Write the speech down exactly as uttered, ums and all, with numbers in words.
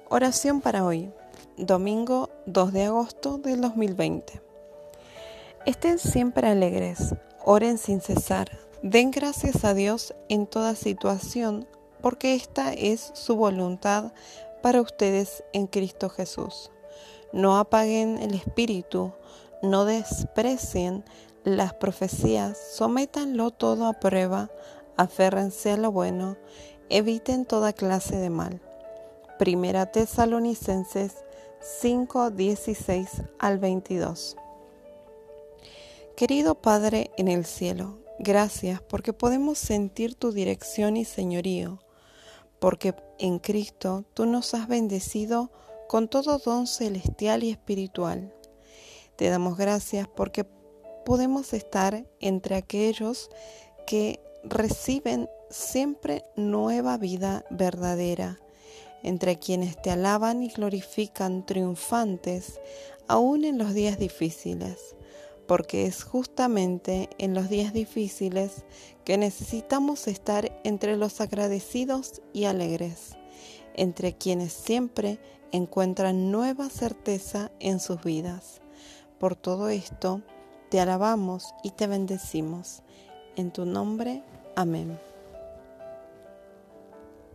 Oración para hoy, domingo dos de agosto del dos mil veinte. Estén siempre alegres, oren sin cesar, den gracias a Dios en toda situación, porque esta es su voluntad para ustedes en Cristo Jesús. No apaguen el espíritu, no desprecien las profecías, sométanlo todo a prueba, aférrense a lo bueno, eviten toda clase de mal. Primera Tesalonicenses cinco, dieciséis al veintidós. Querido Padre en el cielo, gracias porque podemos sentir tu dirección y señorío, porque en Cristo tú nos has bendecido con todo don celestial y espiritual. Te damos gracias porque podemos estar entre aquellos que reciben siempre nueva vida verdadera, entre quienes te alaban y glorifican triunfantes aún en los días difíciles, porque es justamente en los días difíciles que necesitamos estar entre los agradecidos y alegres, entre quienes siempre encuentran nueva certeza en sus vidas. Por todo esto, te alabamos y te bendecimos. En tu nombre, amén.